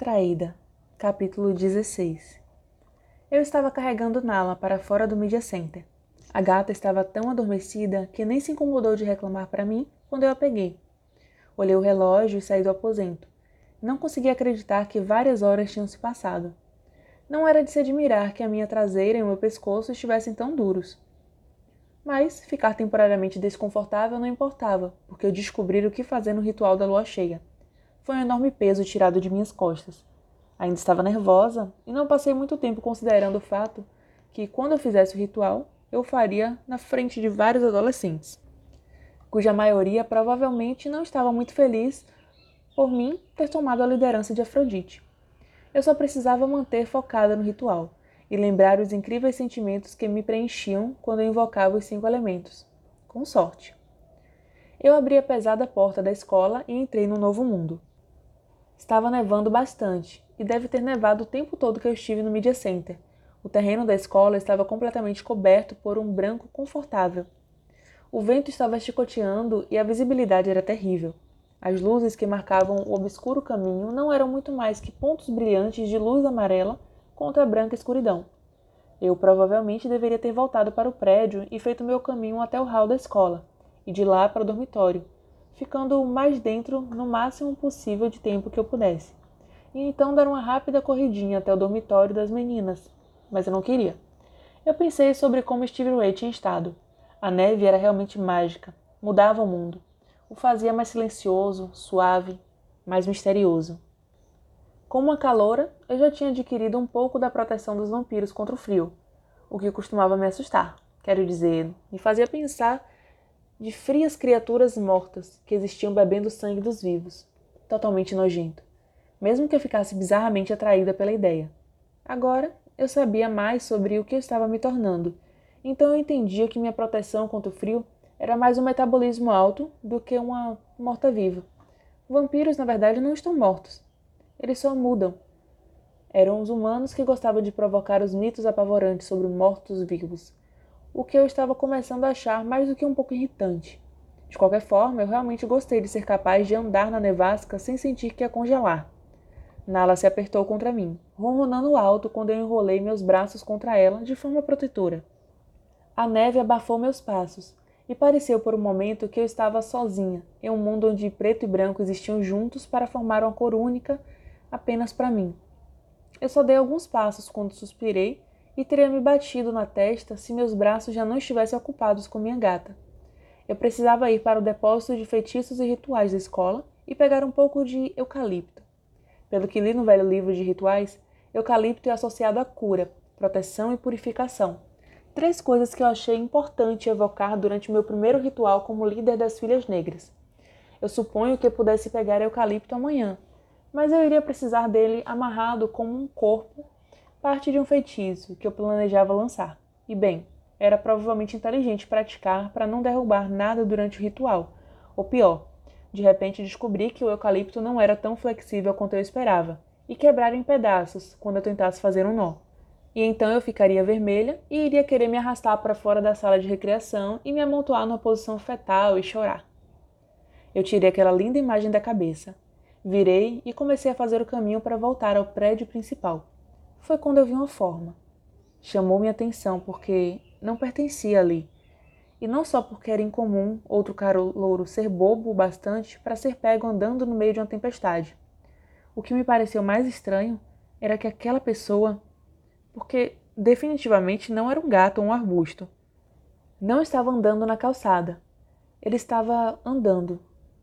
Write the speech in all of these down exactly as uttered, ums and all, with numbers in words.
Traída, capítulo dezesseis. Eu estava carregando Nala para fora do Media Center. A gata estava tão adormecida que nem se incomodou de reclamar para mim quando eu a peguei. Olhei o relógio e saí do aposento. Não consegui acreditar que várias horas tinham se passado. Não era de se admirar que a minha traseira e o meu pescoço estivessem tão duros. Mas ficar temporariamente desconfortável não importava, porque eu descobri o que fazer no ritual da lua cheia. Foi um enorme peso tirado de minhas costas. Ainda estava nervosa e não passei muito tempo considerando o fato que, quando eu fizesse o ritual, eu o faria na frente de vários adolescentes, cuja maioria provavelmente não estava muito feliz por mim ter tomado a liderança de Afrodite. Eu só precisava manter focada no ritual e lembrar os incríveis sentimentos que me preenchiam quando eu invocava os cinco elementos. Com sorte. Eu abri a pesada porta da escola e entrei no novo mundo. Estava nevando bastante, e deve ter nevado o tempo todo que eu estive no Media Center. O terreno da escola estava completamente coberto por um branco confortável. O vento estava chicoteando e a visibilidade era terrível. As luzes que marcavam o obscuro caminho não eram muito mais que pontos brilhantes de luz amarela contra a branca escuridão. Eu provavelmente deveria ter voltado para o prédio e feito meu caminho até o hall da escola, e de lá para o dormitório, ficando mais dentro no máximo possível de tempo que eu pudesse. E então dar uma rápida corridinha até o dormitório das meninas. Mas eu não queria. Eu pensei sobre como Stevie Ray tinha estado. A neve era realmente mágica, mudava o mundo. O fazia mais silencioso, suave, mais misterioso. Como uma caloura, eu já tinha adquirido um pouco da proteção dos vampiros contra o frio, o que costumava me assustar. Quero dizer, me fazia pensar de frias criaturas mortas que existiam bebendo o sangue dos vivos. Totalmente nojento. Mesmo que eu ficasse bizarramente atraída pela ideia. Agora, eu sabia mais sobre o que eu estava me tornando, então eu entendia que minha proteção contra o frio era mais um metabolismo alto do que uma morta-viva. Vampiros, na verdade, não estão mortos. Eles só mudam. Eram os humanos que gostavam de provocar os mitos apavorantes sobre mortos-vivos, o que eu estava começando a achar mais do que um pouco irritante. De qualquer forma, eu realmente gostei de ser capaz de andar na nevasca sem sentir que ia congelar. Nala se apertou contra mim, ronronando alto quando eu enrolei meus braços contra ela de forma protetora. A neve abafou meus passos, e pareceu por um momento que eu estava sozinha, em um mundo onde preto e branco existiam juntos para formar uma cor única apenas para mim. Eu só dei alguns passos quando suspirei e teria me batido na testa se meus braços já não estivessem ocupados com minha gata. Eu precisava ir para o depósito de feitiços e rituais da escola e pegar um pouco de eucalipto. Pelo que li no velho livro de rituais, eucalipto é associado à cura, proteção e purificação. Três coisas que eu achei importante evocar durante o meu primeiro ritual como líder das Filhas Negras. Eu suponho que eu pudesse pegar eucalipto amanhã, mas eu iria precisar dele amarrado como um corpo, parte de um feitiço que eu planejava lançar. E bem, era provavelmente inteligente praticar para não derrubar nada durante o ritual, ou pior, de repente descobri que o eucalipto não era tão flexível quanto eu esperava, e quebrar em pedaços quando eu tentasse fazer um nó. E então eu ficaria vermelha e iria querer me arrastar para fora da sala de recreação e me amontoar numa posição fetal e chorar. Eu tirei aquela linda imagem da cabeça. Virei e comecei a fazer o caminho para voltar ao prédio principal. Foi quando eu vi uma forma. Chamou minha atenção porque não pertencia ali. E não só porque era incomum outro calouro ser bobo o bastante para ser pego andando no meio de uma tempestade. O que me pareceu mais estranho era que aquela pessoa, porque definitivamente não era um gato ou um arbusto, não estava andando na calçada. Ele estava andando,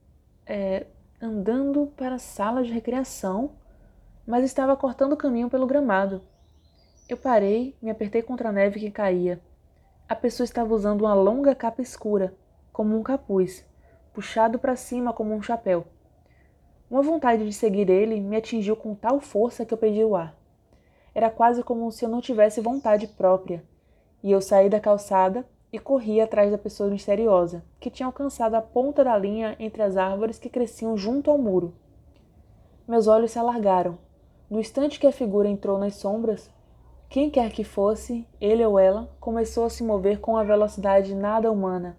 é, andando para a sala de recreação, mas estava cortando o caminho pelo gramado. Eu parei, me apertei contra a neve que caía. A pessoa estava usando uma longa capa escura, como um capuz, puxado para cima como um chapéu. Uma vontade de seguir ele me atingiu com tal força que eu perdi o ar. Era quase como se eu não tivesse vontade própria, e eu saí da calçada e corri atrás da pessoa misteriosa, que tinha alcançado a ponta da linha entre as árvores que cresciam junto ao muro. Meus olhos se alargaram. No instante que a figura entrou nas sombras, quem quer que fosse, ele ou ela, começou a se mover com uma velocidade nada humana.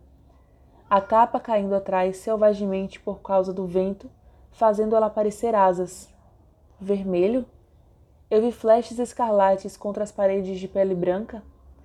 A capa caindo atrás selvagemente por causa do vento, fazendo ela parecer asas. Vermelho? Eu vi flashes escarlates contra as paredes de pele branca.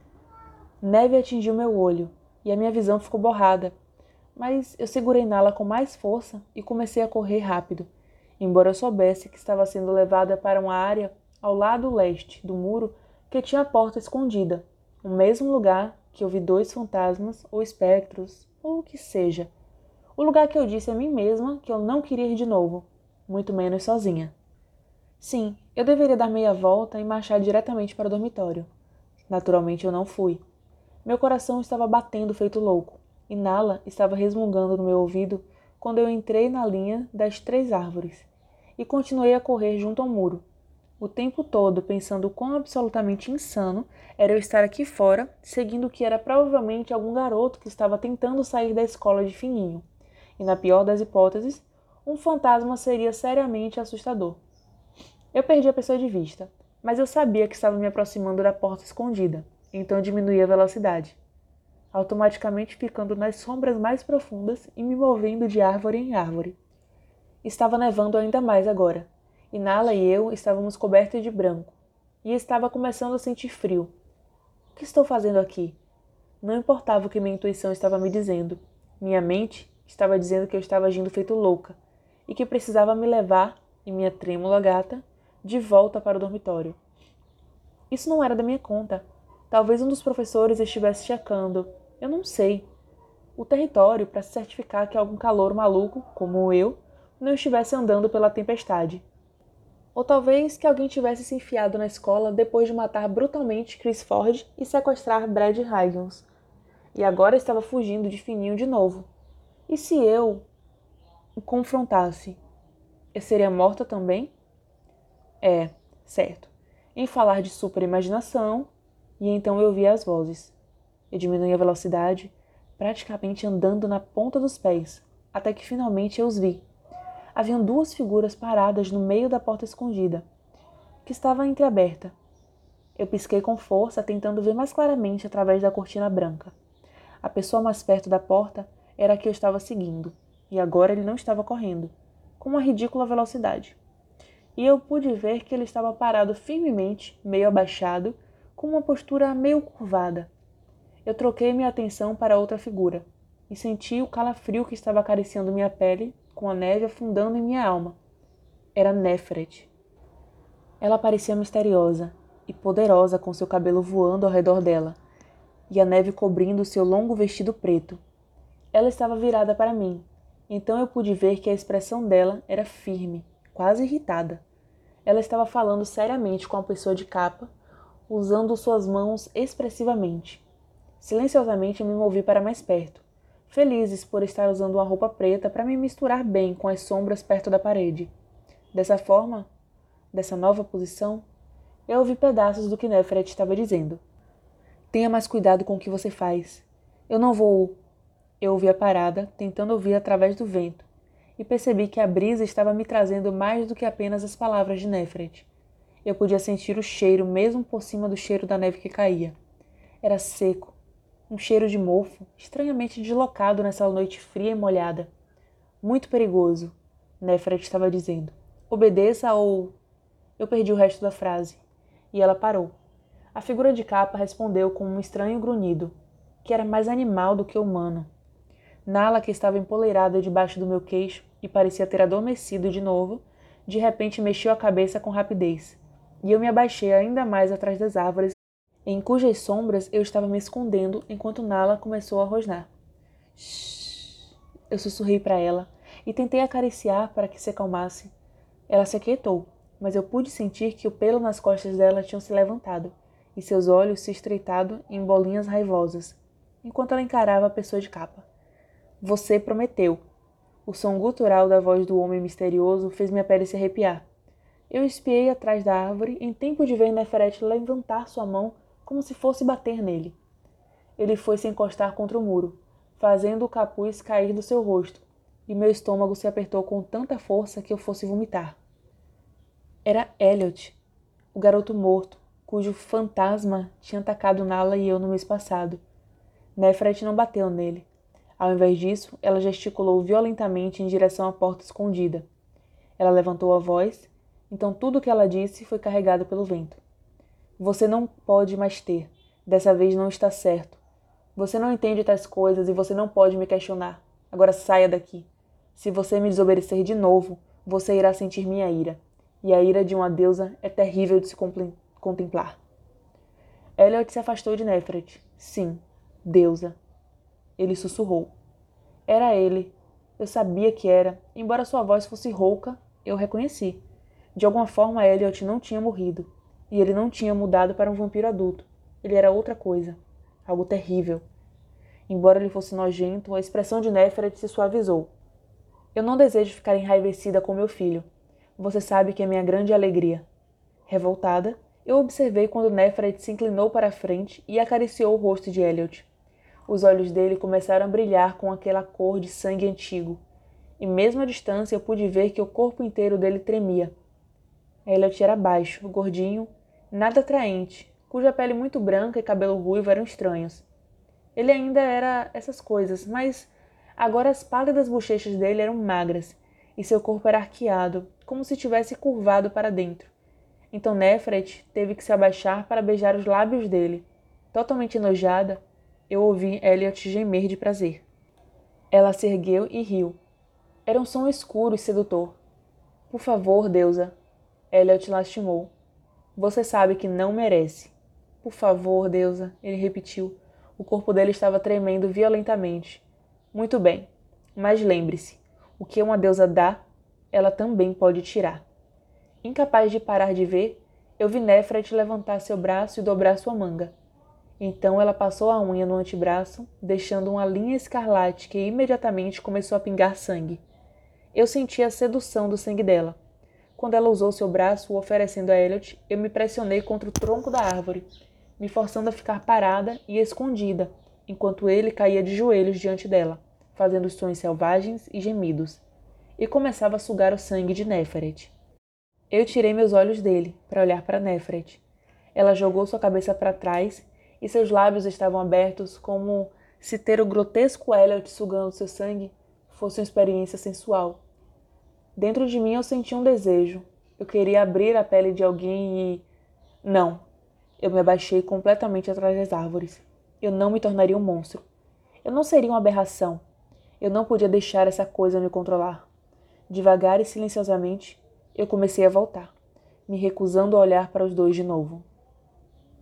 Neve atingiu meu olho, e a minha visão ficou borrada, mas eu segurei Nala com mais força e comecei a correr rápido, embora eu soubesse que estava sendo levada para uma área ao lado leste do muro que tinha a porta escondida, o mesmo lugar que eu vi dois fantasmas ou espectros, ou o que seja. O lugar que eu disse a mim mesma que eu não queria ir de novo, muito menos sozinha. Sim, eu deveria dar meia volta e marchar diretamente para o dormitório. Naturalmente eu não fui. Meu coração estava batendo feito louco, e Nala estava resmungando no meu ouvido quando eu entrei na linha das três árvores, e continuei a correr junto ao muro, o tempo todo pensando quão absolutamente insano era eu estar aqui fora, seguindo o que era provavelmente algum garoto que estava tentando sair da escola de fininho, e na pior das hipóteses, um fantasma seria seriamente assustador. Eu perdi a pessoa de vista, mas eu sabia que estava me aproximando da porta escondida, então diminuí a velocidade, automaticamente ficando nas sombras mais profundas e me movendo de árvore em árvore. Estava nevando ainda mais agora, e Nala e eu estávamos cobertos de branco, e estava começando a sentir frio. O que estou fazendo aqui? Não importava o que minha intuição estava me dizendo. Minha mente estava dizendo que eu estava agindo feito louca, e que precisava me levar, e minha trêmula gata, de volta para o dormitório. Isso não era da minha conta. Talvez um dos professores estivesse checando, eu não sei, o território para se certificar que algum calouro maluco, como eu, não estivesse andando pela tempestade. Ou talvez que alguém tivesse se enfiado na escola depois de matar brutalmente Chris Ford e sequestrar Brad Higgins, e agora estava fugindo de fininho de novo. E se eu o confrontasse, eu seria morta também? É, certo. Em falar de superimaginação, e então eu vi as vozes. Eu diminuí a velocidade, praticamente andando na ponta dos pés, até que finalmente eu os vi. Haviam duas figuras paradas no meio da porta escondida, que estava entreaberta. Eu pisquei com força, tentando ver mais claramente através da cortina branca. A pessoa mais perto da porta era a que eu estava seguindo, e agora ele não estava correndo, com uma ridícula velocidade. E eu pude ver que ele estava parado firmemente, meio abaixado, com uma postura meio curvada. Eu troquei minha atenção para outra figura, e senti o calafrio que estava acariciando minha pele, com a neve afundando em minha alma. Era Nefret. Ela parecia misteriosa e poderosa, com seu cabelo voando ao redor dela, e a neve cobrindo seu longo vestido preto. Ela estava virada para mim, então eu pude ver que a expressão dela era firme, quase irritada. Ela estava falando seriamente com a pessoa de capa, usando suas mãos expressivamente. Silenciosamente eu me movi para mais perto, felizes por estar usando uma roupa preta para me misturar bem com as sombras perto da parede. Dessa forma, dessa nova posição, eu ouvi pedaços do que Nefret estava dizendo. Tenha mais cuidado com o que você faz. Eu não vou... Eu ouvi a parada, tentando ouvir através do vento, e percebi que a brisa estava me trazendo mais do que apenas as palavras de Nefret. Eu podia sentir o cheiro mesmo por cima do cheiro da neve que caía. Era seco, um cheiro de mofo, estranhamente deslocado nessa noite fria e molhada. Muito perigoso, Nefret estava dizendo. Obedeça ou... Eu perdi o resto da frase, e ela parou. A figura de capa respondeu com um estranho grunhido, que era mais animal do que humano. Nala, que estava empoleirada debaixo do meu queixo e parecia ter adormecido de novo, de repente mexeu a cabeça com rapidez, e eu me abaixei ainda mais atrás das árvores, em cujas sombras eu estava me escondendo enquanto Nala começou a rosnar. Shhh! Eu sussurrei para ela e tentei acariciar para que se acalmasse. Ela se aquietou, mas eu pude sentir que o pelo nas costas dela tinha se levantado e seus olhos se estreitado em bolinhas raivosas, enquanto ela encarava a pessoa de capa. Você prometeu. O som gutural da voz do homem misterioso fez minha pele se arrepiar. Eu espiei atrás da árvore em tempo de ver Nefret levantar sua mão como se fosse bater nele. Ele foi se encostar contra o muro, fazendo o capuz cair do seu rosto, e meu estômago se apertou com tanta força que eu fosse vomitar. Era Elliot, o garoto morto, cujo fantasma tinha atacado Nala e eu no mês passado. Nefret não bateu nele. Ao invés disso, ela gesticulou violentamente em direção à porta escondida. Ela levantou a voz, Então tudo o que ela disse foi carregado pelo vento. Você não pode mais ter. Dessa vez não está certo. Você não entende tais coisas e você não pode me questionar. Agora saia daqui. Se você me desobedecer de novo, você irá sentir minha ira. E a ira de uma deusa é terrível de se contemplar. Elliot se afastou de Nefret. Sim, deusa. Ele sussurrou. Era ele. Eu sabia que era. Embora sua voz fosse rouca, eu reconheci. De alguma forma, Elliot não tinha morrido. E ele não tinha mudado para um vampiro adulto. Ele era outra coisa. Algo terrível. Embora ele fosse nojento, a expressão de Nefret se suavizou. Eu não desejo ficar enraivecida com meu filho. Você sabe que é minha grande alegria. Revoltada, eu observei quando Nefret se inclinou para a frente e acariciou o rosto de Elliot. Os olhos dele começaram a brilhar com aquela cor de sangue antigo. E mesmo à distância eu pude ver que o corpo inteiro dele tremia. Elliot era baixo, gordinho, nada atraente, cuja pele muito branca e cabelo ruivo eram estranhos. Ele ainda era essas coisas, mas agora as pálidas bochechas dele eram magras, e seu corpo era arqueado, como se tivesse curvado para dentro. Então Nefret teve que se abaixar para beijar os lábios dele. Totalmente enojada, eu ouvi Elliot gemer de prazer. Ela se ergueu e riu. Era um som escuro e sedutor. Por favor, deusa. Elliot lastimou. Você sabe que não merece. Por favor, deusa, ele repetiu. O corpo dele estava tremendo violentamente. Muito bem, mas lembre-se, o que uma deusa dá, ela também pode tirar. Incapaz de parar de ver, eu vi Nefret levantar seu braço e dobrar sua manga. Então ela passou a unha no antebraço, deixando uma linha escarlate que imediatamente começou a pingar sangue. Eu senti a sedução do sangue dela. Quando ela usou seu braço, o oferecendo a Elliot, eu me pressionei contra o tronco da árvore, me forçando a ficar parada e escondida, enquanto ele caía de joelhos diante dela, fazendo sons selvagens e gemidos, e começava a sugar o sangue de Nefret. Eu tirei meus olhos dele, para olhar para Nefret. Ela jogou sua cabeça para trás e seus lábios estavam abertos como se ter o grotesco Elliot sugando seu sangue fosse uma experiência sensual. Dentro de mim eu senti um desejo. Eu queria abrir a pele de alguém e... Não. Eu me abaixei completamente atrás das árvores. Eu não me tornaria um monstro. Eu não seria uma aberração. Eu não podia deixar essa coisa me controlar. Devagar e silenciosamente, eu comecei a voltar, me recusando a olhar para os dois de novo.